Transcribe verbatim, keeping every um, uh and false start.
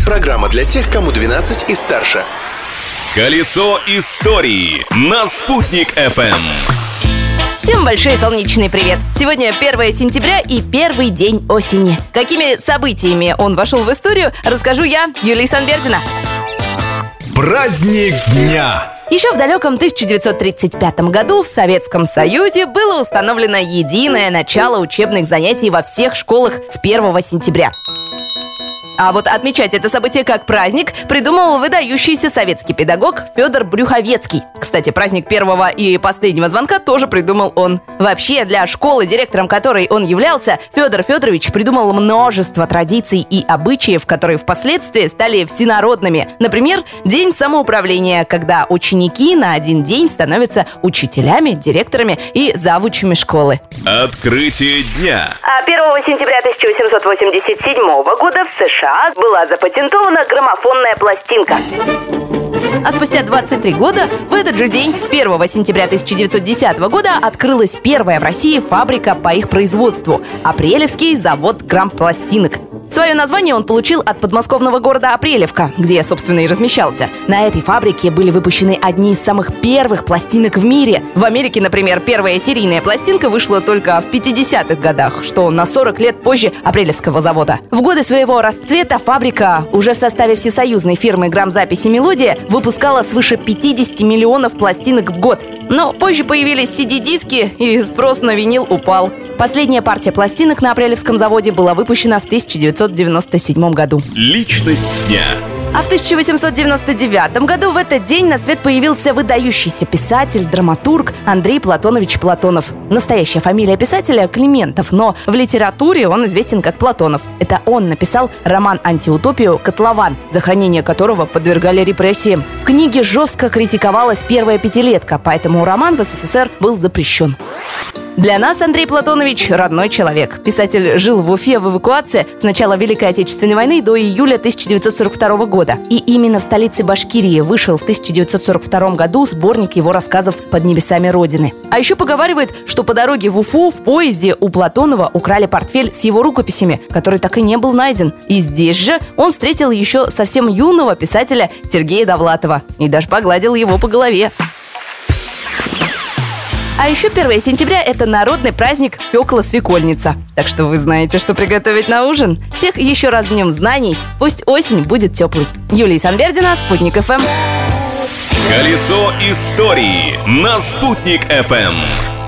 Программа для тех, кому двенадцать и старше. Колесо истории на Спутник эф эм. Всем большой солнечный привет! Сегодня первое сентября и первый день осени. Какими событиями он вошел в историю, расскажу я, Юлия Санбердина. Праздник дня. Еще в далеком тысяча девятьсот тридцать пятом году в Советском Союзе было установлено единое начало учебных занятий во всех школах с первого сентября. А вот отмечать это событие как праздник придумал выдающийся советский педагог Федор Брюховецкий. Кстати, праздник первого и последнего звонка тоже придумал он. Вообще, для школы, директором которой он являлся, Федор Федорович придумал множество традиций и обычаев, которые впоследствии стали всенародными. Например, День самоуправления, когда ученики на один день становятся учителями, директорами и завучами школы. Открытие дня. первого сентября тысяча восемьсот восемьдесят седьмого года в США была запатентована граммофонная пластинка. А спустя двадцать три года, в этот же день, первого сентября тысяча девятьсот десятого года, открылась первая в России фабрика по их производству – Апрелевский завод грампластинок. Свое название он получил от подмосковного города Апрелевка, где, собственно, и размещался. На этой фабрике были выпущены одни из самых первых пластинок в мире. В Америке, например, первая серийная пластинка вышла только в пятидесятых годах, что на сорок лет позже Апрелевского завода. В годы своего расцвета фабрика уже в составе всесоюзной фирмы грамзаписи «Мелодия» выпускала свыше пятьдесят миллионов пластинок в год. Но позже появились си ди-диски, и спрос на винил упал. Последняя партия пластинок на Апрелевском заводе была выпущена в тысяча девятьсот девяносто седьмом году. Личность дня. А в тысяча восемьсот девяносто девятом году в этот день на свет появился выдающийся писатель, драматург Андрей Платонович Платонов. Настоящая фамилия писателя Климентов, но в литературе он известен как Платонов. Это он написал роман-антиутопию «Котлован», за хранение которого подвергали репрессиям. В книге жестко критиковалась первая пятилетка, поэтому роман в эс эс эс эр был запрещен. Для нас Андрей Платонович – родной человек. Писатель жил в Уфе в эвакуации с начала Великой Отечественной войны до июля тысяча девятьсот сорок второго года. И именно в столице Башкирии вышел в тысяча девятьсот сорок втором году сборник его рассказов «Под небесами Родины». А еще поговаривают, что по дороге в Уфу в поезде у Платонова украли портфель с его рукописями, который так и не был найден. И здесь же он встретил еще совсем юного писателя Сергея Довлатова и даже погладил его по голове. А еще первого сентября – это народный праздник Фёкла-свекольница. Так что вы знаете, что приготовить на ужин. Всех еще раз с Днем знаний. Пусть осень будет теплой. Юлия Санбердина, Спутник эф эм. Колесо истории на Спутник эф эм.